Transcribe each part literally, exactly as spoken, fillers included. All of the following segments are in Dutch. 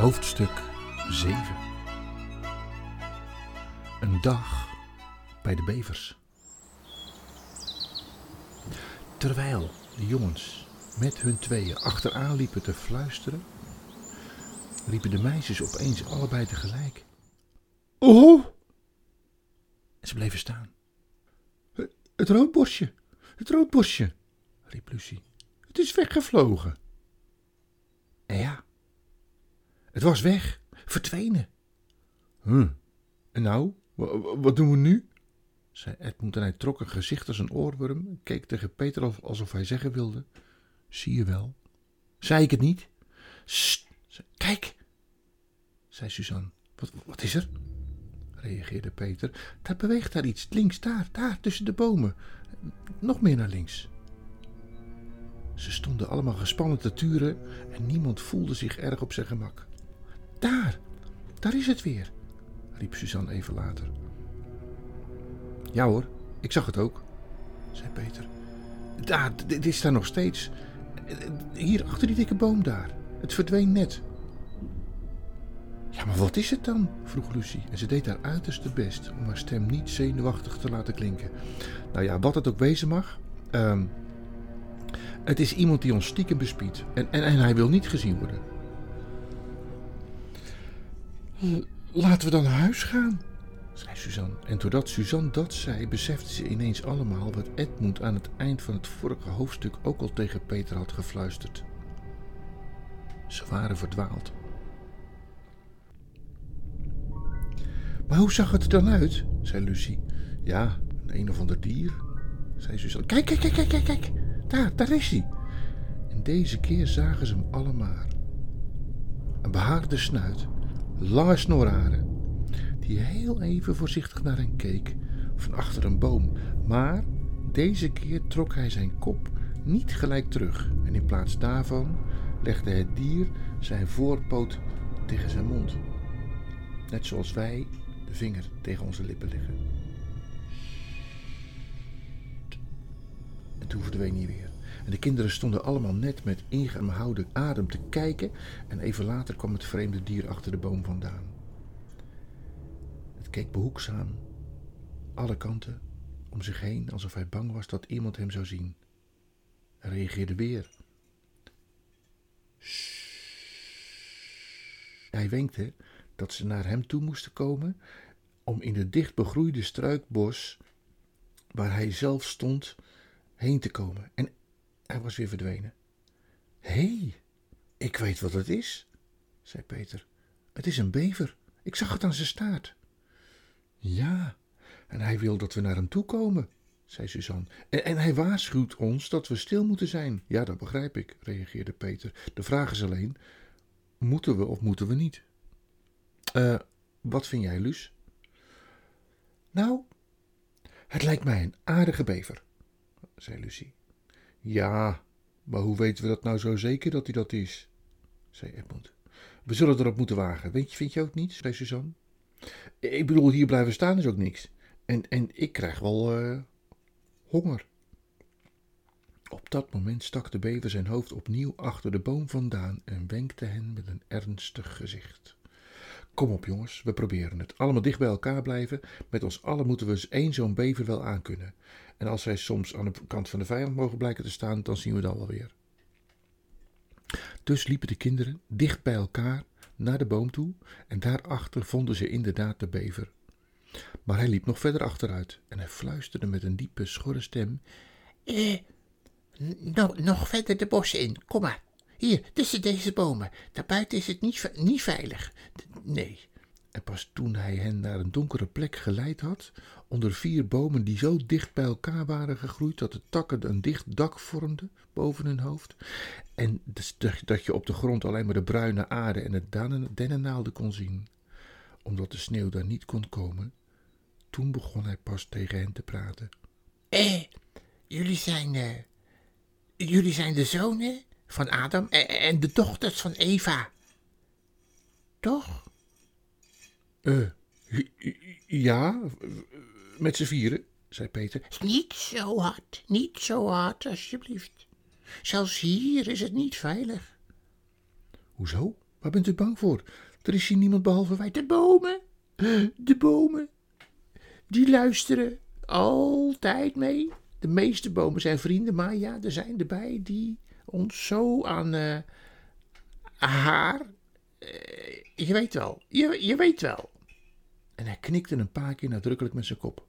Hoofdstuk zeven. Een dag bij de bevers. Terwijl de jongens met hun tweeën achteraan liepen te fluisteren, riepen de meisjes opeens allebei tegelijk: "Oh!" En ze bleven staan. "Het roodborstje, het roodborstje," riep Lucie. "Het is weggevlogen." En ja, het was weg, verdwenen. Hm, en nou, wat doen we nu? Zei Edmund en hij trok een gezicht als een oorworm en keek tegen Peter alsof hij zeggen wilde: "Zie je wel? Zei ik het niet?" "Sst, kijk," zei Suzanne. Wat, wat is er?" reageerde Peter. "Daar beweegt daar iets, links, daar, daar, tussen de bomen. Nog meer naar links." Ze stonden allemaal gespannen te turen en niemand voelde zich erg op zijn gemak. "Daar, daar is het weer," riep Suzanne even later. "Ja hoor, ik zag het ook," zei Peter. "Daar, dit is daar nog steeds. Hier achter die dikke boom daar. Het verdween net." "Ja, maar wat is het dan?" vroeg Lucie en ze deed haar uiterste best om haar stem niet zenuwachtig te laten klinken. "Nou ja, wat het ook wezen mag. Um, het is iemand die ons stiekem bespiedt en, en, en hij wil niet gezien worden." "Laten we dan naar huis gaan," zei Suzanne. En doordat Suzanne dat zei, besefte ze ineens allemaal wat Edmund aan het eind van het vorige hoofdstuk ook al tegen Peter had gefluisterd. Ze waren verdwaald. "Maar hoe zag het er dan uit?" zei Lucie. "Ja, een een of ander dier," zei Suzanne. Kijk, kijk, kijk, kijk, kijk, kijk. Daar, daar is hij." En deze keer zagen ze hem allemaal. Een behaarde snuit, lange snorharen, die heel even voorzichtig naar hen keek van achter een boom. Maar deze keer trok hij zijn kop niet gelijk terug en in plaats daarvan legde het dier zijn voorpoot tegen zijn mond. Net zoals wij de vinger tegen onze lippen leggen. En toen verdween hij weer. En de kinderen stonden allemaal net met ingehouden adem te kijken en even later kwam het vreemde dier achter de boom vandaan. Het keek behoedzaam alle kanten om zich heen alsof hij bang was dat iemand hem zou zien. Hij reageerde weer. Hij wenkte dat ze naar hem toe moesten komen om in het dicht begroeide struikbos waar hij zelf stond heen te komen. En hij was weer verdwenen. "Hé, hey, ik weet wat het is," zei Peter. "Het is een bever. Ik zag het aan zijn staart." "Ja, en hij wil dat we naar hem toe komen," zei Suzanne. En, en hij waarschuwt ons dat we stil moeten zijn." "Ja, dat begrijp ik," reageerde Peter. "De vraag is alleen, moeten we of moeten we niet?" Uh, wat vind jij, Luus?" "Nou, het lijkt mij een aardige bever," zei Lucie. "Ja, maar hoe weten we dat nou zo zeker dat hij dat is?" zei Edmund. "We zullen erop moeten wagen. Weet je, vind je ook niet?" zei Suzanne. "Ik bedoel, hier blijven staan is ook niks. En, en ik krijg wel uh, honger." Op dat moment stak de bever zijn hoofd opnieuw achter de boom vandaan en wenkte hen met een ernstig gezicht. "Kom op jongens, we proberen het. Allemaal dicht bij elkaar blijven. Met ons allen moeten we eens één zo'n bever wel aankunnen. En als zij soms aan de kant van de vijand mogen blijken te staan, dan zien we dan wel weer." Dus liepen de kinderen dicht bij elkaar naar de boom toe en daarachter vonden ze inderdaad de bever. Maar hij liep nog verder achteruit en hij fluisterde met een diepe, schorre stem: Eh, nog, nog verder de bossen in, kom maar. Hier, tussen deze bomen. Daarbuiten is het niet, niet veilig. Nee." En pas toen hij hen naar een donkere plek geleid had, onder vier bomen die zo dicht bij elkaar waren gegroeid dat de takken een dicht dak vormden boven hun hoofd, en dat je op de grond alleen maar de bruine aarde en het dennennaalden kon zien, omdat de sneeuw daar niet kon komen, toen begon hij pas tegen hen te praten. Eh, jullie zijn, uh, jullie zijn de zonen van Adam en, en de dochters van Eva, toch? Uh, ja, met z'n vieren, zei Peter. Niet zo hard, niet zo hard, alsjeblieft. Zelfs hier is het niet veilig. Hoezo? Waar bent u bang voor? Er is hier niemand behalve wij. De bomen, de bomen, die luisteren altijd mee. De meeste bomen zijn vrienden, maar ja, er zijn erbij die ons zo aan uh, haar... Uh, je weet wel, je, je weet wel. En hij knikte een paar keer nadrukkelijk met zijn kop.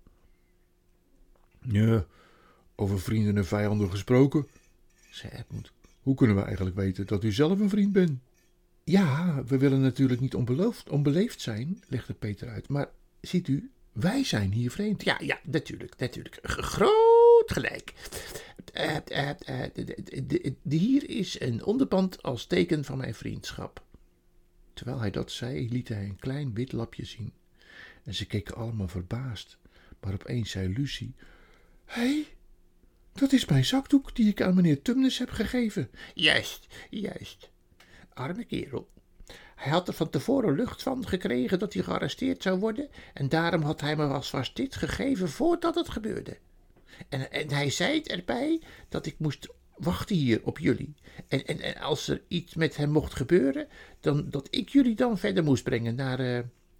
Ja, over vrienden en vijanden gesproken, zei Edmund. Hoe kunnen we eigenlijk weten dat u zelf een vriend bent? Ja, we willen natuurlijk niet onbeloofd, onbeleefd zijn, legde Peter uit. Maar ziet u, wij zijn hier vreemd. Ja, ja, natuurlijk, natuurlijk. Groot gelijk. Uh, uh, uh, de, de, de, de, hier is een onderband als teken van mijn vriendschap. Terwijl hij dat zei, liet hij een klein wit lapje zien. En ze keken allemaal verbaasd. Maar opeens zei Lucie: Hé, hey, dat is mijn zakdoek die ik aan meneer Tumnus heb gegeven. Juist, juist. Arme kerel. Hij had er van tevoren lucht van gekregen dat hij gearresteerd zou worden en daarom had hij me alvast dit gegeven voordat het gebeurde. En, en hij zei erbij dat ik moest wachten hier op jullie. En, en, en als er iets met hem mocht gebeuren, dan dat ik jullie dan verder moest brengen naar... Uh...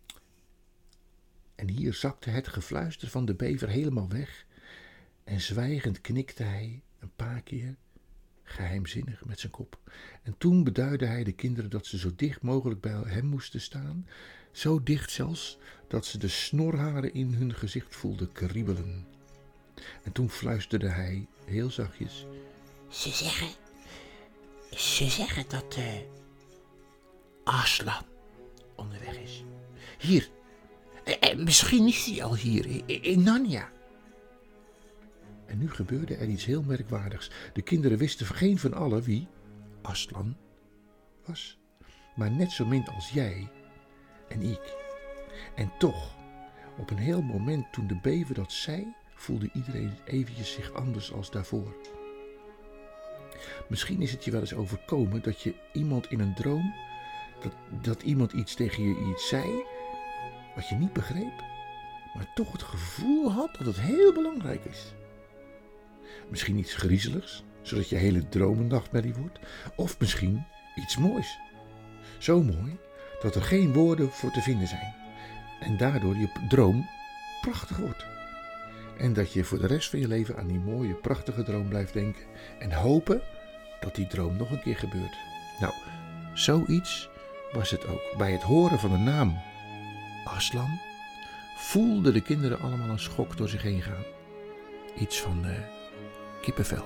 En hier zakte het gefluister van de bever helemaal weg en zwijgend knikte hij een paar keer geheimzinnig met zijn kop. En toen beduidde hij de kinderen dat ze zo dicht mogelijk bij hem moesten staan, zo dicht zelfs dat ze de snorharen in hun gezicht voelden kriebelen. En toen fluisterde hij heel zachtjes: Ze zeggen, ze zeggen dat uh, Aslan onderweg is. Hier, eh, misschien is hij al hier, in, in Narnia. En nu gebeurde er iets heel merkwaardigs. De kinderen wisten geen van allen wie Aslan was. Maar net zo min als jij en ik. En toch, op een heel moment toen de bever dat zei, voelde iedereen eventjes zich anders als daarvoor. Misschien is het je wel eens overkomen dat je iemand in een droom, dat, dat iemand iets tegen je iets zei, wat je niet begreep, maar toch het gevoel had dat het heel belangrijk is. Misschien iets griezeligs, zodat je hele droom een nachtmerrie wordt. Of misschien iets moois. Zo mooi, dat er geen woorden voor te vinden zijn. En daardoor je droom prachtig wordt. En dat je voor de rest van je leven aan die mooie, prachtige droom blijft denken. En hopen dat die droom nog een keer gebeurt. Nou, zoiets was het ook. Bij het horen van de naam Aslan voelden de kinderen allemaal een schok door zich heen gaan. Iets van... Uh, kippenvel.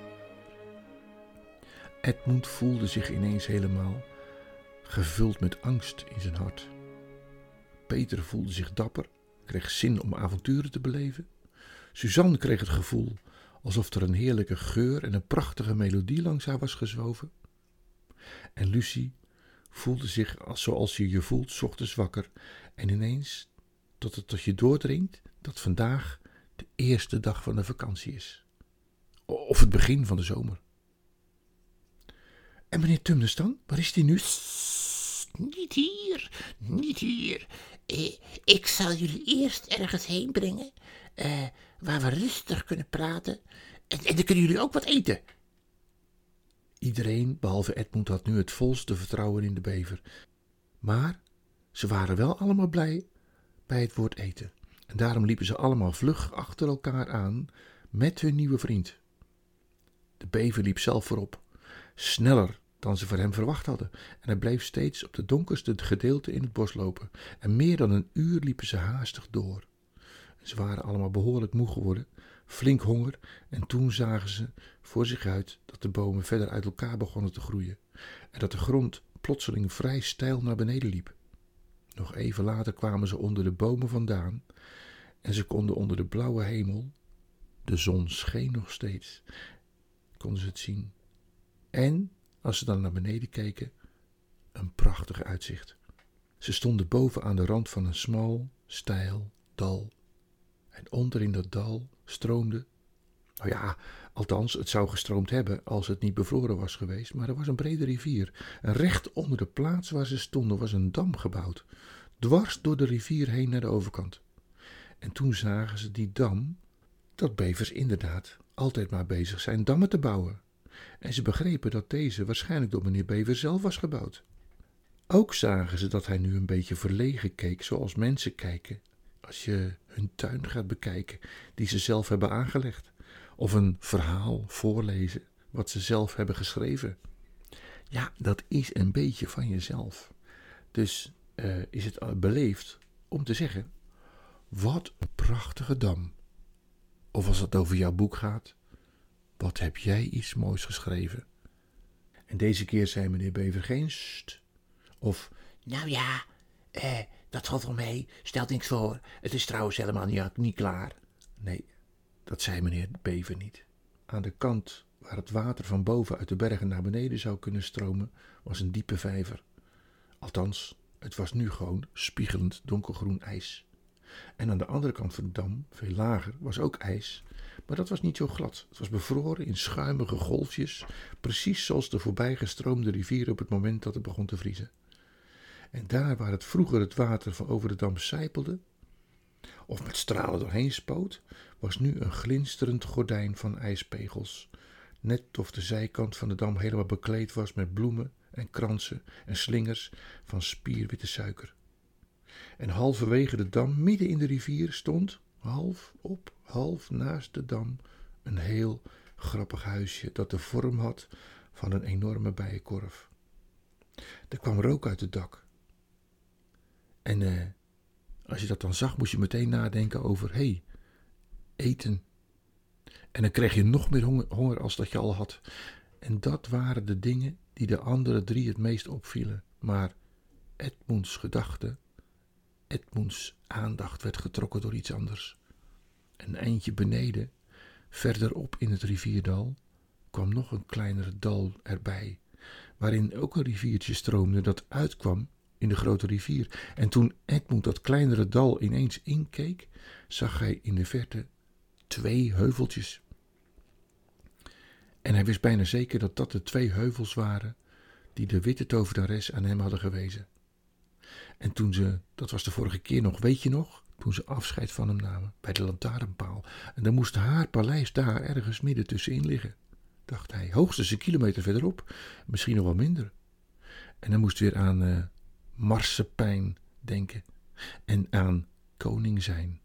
Edmund voelde zich ineens helemaal gevuld met angst in zijn hart. Peter voelde zich dapper, kreeg zin om avonturen te beleven. Suzanne kreeg het gevoel alsof er een heerlijke geur en een prachtige melodie langs haar was gezwoven. En Lucie voelde zich als zoals je je voelt 's ochtends wakker en ineens tot het tot je doordringt dat vandaag de eerste dag van de vakantie is. Of het begin van de zomer. En meneer Tumnus dan? Waar is die nu? Sst, niet hier, niet hier. Eh, ik zal jullie eerst ergens heen brengen, eh, waar we rustig kunnen praten. En, en dan kunnen jullie ook wat eten. Iedereen, behalve Edmund, had nu het volste vertrouwen in de bever. Maar ze waren wel allemaal blij bij het woord eten. En daarom liepen ze allemaal vlug achter elkaar aan met hun nieuwe vriend. De bever liep zelf voorop, sneller dan ze voor hem verwacht hadden, en hij bleef steeds op de donkerste gedeelte in het bos lopen. En meer dan een uur liepen ze haastig door. Ze waren allemaal behoorlijk moe geworden, flink honger, en toen zagen ze voor zich uit dat de bomen verder uit elkaar begonnen te groeien en dat de grond plotseling vrij steil naar beneden liep. Nog even later kwamen ze onder de bomen vandaan en ze konden onder de blauwe hemel, de zon scheen nog steeds, konden ze het zien. En, als ze dan naar beneden keken, een prachtig uitzicht. Ze stonden boven aan de rand van een smal, steil dal. En onder in dat dal stroomde, nou ja, althans, het zou gestroomd hebben als het niet bevroren was geweest, maar er was een brede rivier. En recht onder de plaats waar ze stonden was een dam gebouwd, dwars door de rivier heen naar de overkant. En toen zagen ze die dam, dat bevers inderdaad altijd maar bezig zijn dammen te bouwen. En ze begrepen dat deze waarschijnlijk door meneer Bever zelf was gebouwd. Ook zagen ze dat hij nu een beetje verlegen keek, zoals mensen kijken als je hun tuin gaat bekijken die ze zelf hebben aangelegd. Of een verhaal voorlezen wat ze zelf hebben geschreven. Ja, dat is een beetje van jezelf. Dus uh, is het beleefd om te zeggen, wat een prachtige dam. Of als het over jouw boek gaat, wat heb jij iets moois geschreven. En deze keer zei meneer Bever geen st. Of, nou ja, eh, dat valt wel mee, stelt niks voor. Het is trouwens helemaal niet, niet klaar. Nee, dat zei meneer Bever niet. Aan de kant waar het water van boven uit de bergen naar beneden zou kunnen stromen, was een diepe vijver. Althans, het was nu gewoon spiegelend donkergroen ijs. En aan de andere kant van de dam, veel lager, was ook ijs, maar dat was niet zo glad. Het was bevroren in schuimige golfjes, precies zoals de voorbijgestroomde rivier op het moment dat het begon te vriezen. En daar waar het vroeger het water van over de dam sijpelde, of met stralen doorheen spoot, was nu een glinsterend gordijn van ijspegels, net of de zijkant van de dam helemaal bekleed was met bloemen en kransen en slingers van spierwitte suiker. En halverwege de dam, midden in de rivier, stond, half op, half naast de dam, een heel grappig huisje dat de vorm had van een enorme bijenkorf. Er kwam rook uit het dak. En eh, als je dat dan zag, moest je meteen nadenken over, hé, hey, eten. En dan kreeg je nog meer honger, honger als dat je al had. En dat waren de dingen die de andere drie het meest opvielen. Maar Edmunds gedachte, Edmunds aandacht werd getrokken door iets anders. Een eindje beneden, verderop in het rivierdal, kwam nog een kleinere dal erbij, waarin ook een riviertje stroomde dat uitkwam in de grote rivier. En toen Edmund dat kleinere dal ineens inkeek, zag hij in de verte twee heuveltjes. En hij wist bijna zeker dat dat de twee heuvels waren die de witte tovenares aan hem hadden gewezen. En toen ze, dat was de vorige keer nog, weet je nog, toen ze afscheid van hem namen bij de lantaarnpaal. En dan moest haar paleis daar ergens midden tussenin liggen, dacht hij, hoogstens een kilometer verderop, misschien nog wel minder. En hij moest weer aan uh, marsepein denken en aan koning zijn.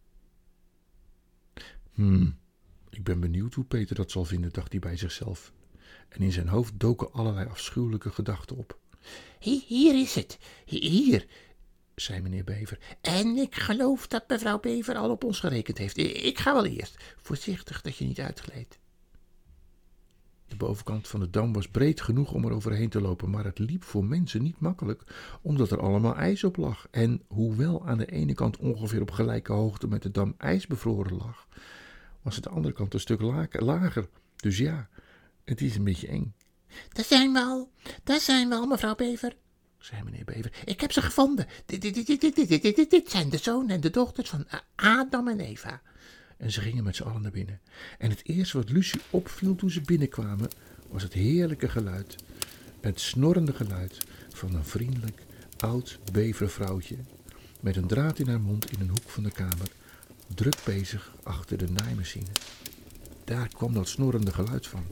Hmm, ik ben benieuwd hoe Peter dat zal vinden, dacht hij bij zichzelf. En in zijn hoofd doken allerlei afschuwelijke gedachten op. Hier is het, hier, zei meneer Bever. En ik geloof dat mevrouw Bever al op ons gerekend heeft. Ik ga wel eerst, voorzichtig dat je niet uitglijdt. De bovenkant van de dam was breed genoeg om er overheen te lopen, maar het liep voor mensen niet makkelijk, omdat er allemaal ijs op lag. En hoewel aan de ene kant ongeveer op gelijke hoogte met de dam ijs bevroren lag, was het de andere kant een stuk lager. Dus ja, het is een beetje eng. Daar zijn we al, daar zijn we al, mevrouw Bever, zei meneer Bever. Ik heb ze gevonden. Dit, dit, dit, dit, dit, dit, dit, dit zijn de zoon en de dochters van Adam en Eva. En ze gingen met z'n allen naar binnen. En het eerste wat Lucie opviel toen ze binnenkwamen, was het heerlijke geluid. Het snorrende geluid van een vriendelijk, oud bevervrouwtje met een draad in haar mond in een hoek van de kamer, druk bezig achter de naaimachine. Daar kwam dat snorrende geluid van.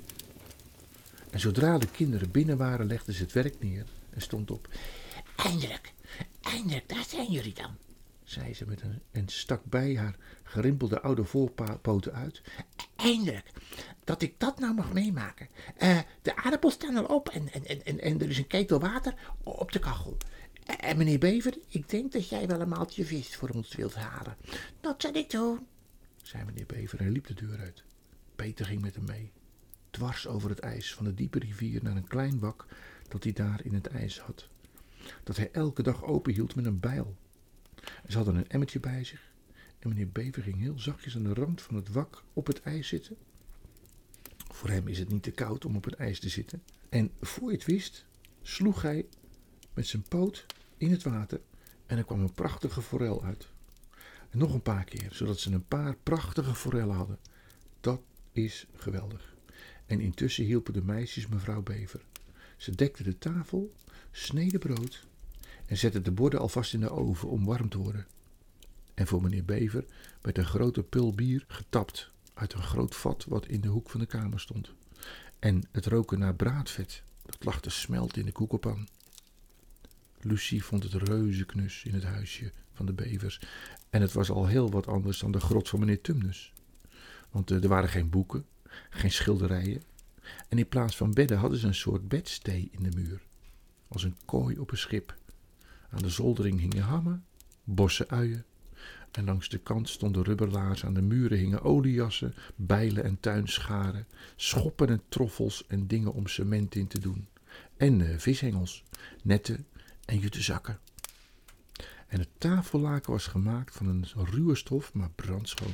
En zodra de kinderen binnen waren, legden ze het werk neer en stond op. Eindelijk, eindelijk, daar zijn jullie dan, zei ze met een, en stak bij haar gerimpelde oude voorpoten uit. Eindelijk, dat ik dat nou mag meemaken. Uh, de aardappels staan al op en, en, en, en er is een ketel water op de kachel. En meneer Bever, ik denk dat jij wel een maaltje vis voor ons wilt halen. Dat zal ik doen, zei meneer Bever en liep de deur uit. Peter ging met hem mee, dwars over het ijs van de diepe rivier naar een klein wak dat hij daar in het ijs had, dat hij elke dag openhield met een bijl. En ze hadden een emmertje bij zich en meneer Bever ging heel zachtjes aan de rand van het wak op het ijs zitten. Voor hem is het niet te koud om op het ijs te zitten. En voor je het wist, sloeg hij met zijn poot in het water en er kwam een prachtige forel uit. En nog een paar keer, zodat ze een paar prachtige forellen hadden. Dat is geweldig. En intussen hielpen de meisjes mevrouw Bever. Ze dekten de tafel, sneden brood en zetten de borden alvast in de oven om warm te worden. En voor meneer Bever werd een grote pul bier getapt uit een groot vat wat in de hoek van de kamer stond. En het roken naar braadvet, dat lag te smelten in de koekenpan. Lucie vond het reuze knus in het huisje van de bevers. En het was al heel wat anders dan de grot van meneer Tumnus. Want er waren geen boeken, geen schilderijen. En in plaats van bedden hadden ze een soort bedstee in de muur. Als een kooi op een schip. Aan de zoldering hingen hammen, bossen uien. En langs de kant stonden rubberlaarzen. Aan de muren hingen oliejassen, bijlen en tuinscharen. Schoppen en troffels en dingen om cement in te doen. En uh, vishengels, netten en jute zakken. En het tafellaken was gemaakt van een ruwe stof, maar brandschoon.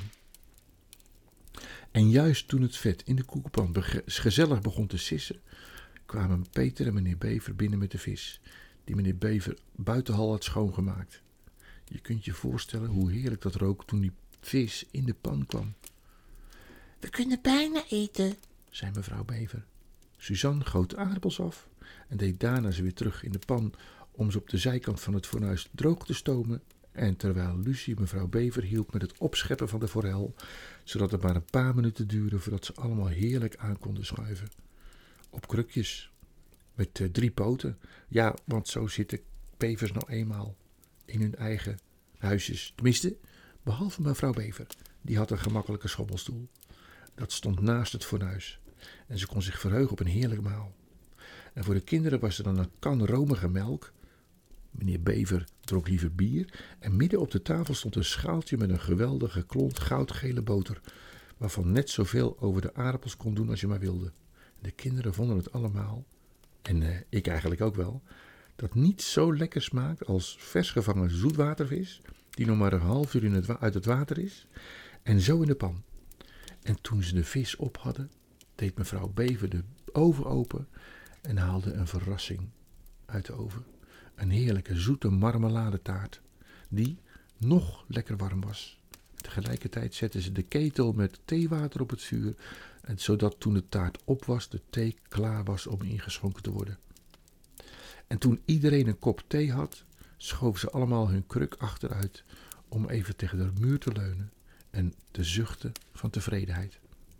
En juist toen het vet in de koekenpan bege- gezellig begon te sissen, kwamen Peter en meneer Bever binnen met de vis, die meneer Bever buitenhal had schoongemaakt. Je kunt je voorstellen hoe heerlijk dat rook toen die vis in de pan kwam. We kunnen bijna eten, zei mevrouw Bever. Suzanne goot aardappels af en deed daarna ze weer terug in de pan om ze op de zijkant van het fornuis droog te stomen. En terwijl Lucie mevrouw Bever hielp met het opscheppen van de forel, zodat het maar een paar minuten duurde voordat ze allemaal heerlijk aan konden schuiven. Op krukjes, met uh, drie poten. Ja, want zo zitten bevers nou eenmaal in hun eigen huisjes. Tenminste, behalve mevrouw Bever. Die had een gemakkelijke schommelstoel. Dat stond naast het fornuis. En ze kon zich verheugen op een heerlijk maal. En voor de kinderen was er dan een kan romige melk. Meneer Bever dronk liever bier. En midden op de tafel stond een schaaltje met een geweldige klont goudgele boter, waarvan net zoveel over de aardappels kon doen als je maar wilde. De kinderen vonden het allemaal, en eh, ik eigenlijk ook wel, dat niets zo lekker smaakt als vers gevangen zoetwatervis, die nog maar een half uur in het wa- uit het water is, en zo in de pan. En toen ze de vis op hadden, deed mevrouw Bever de oven open en haalde een verrassing uit de oven. Een heerlijke zoete marmeladetaart, die nog lekker warm was. Tegelijkertijd zetten ze de ketel met theewater op het vuur, en zodat toen de taart op was, de thee klaar was om ingeschonken te worden. En toen iedereen een kop thee had, schoven ze allemaal hun kruk achteruit om even tegen de muur te leunen en te zuchten van tevredenheid.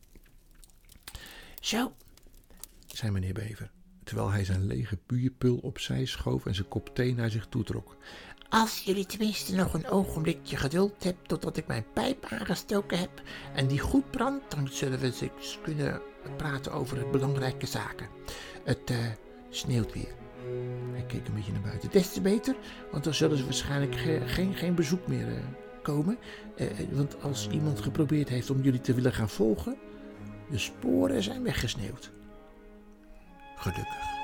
Zo, zei meneer Bever, terwijl hij zijn lege bierpul opzij schoof en zijn kop thee naar zich toe trok. als jullie tenminste nog een ogenblikje geduld hebt totdat ik mijn pijp aangestoken heb en die goed brandt, dan zullen we eens kunnen praten over belangrijke zaken. Het uh, sneeuwt weer. Hij keek een beetje naar buiten. Des te beter, want dan zullen ze waarschijnlijk ge- geen, geen bezoek meer uh, komen. Uh, want als iemand geprobeerd heeft om jullie te willen gaan volgen, de sporen zijn weggesneeuwd. Gelukkig.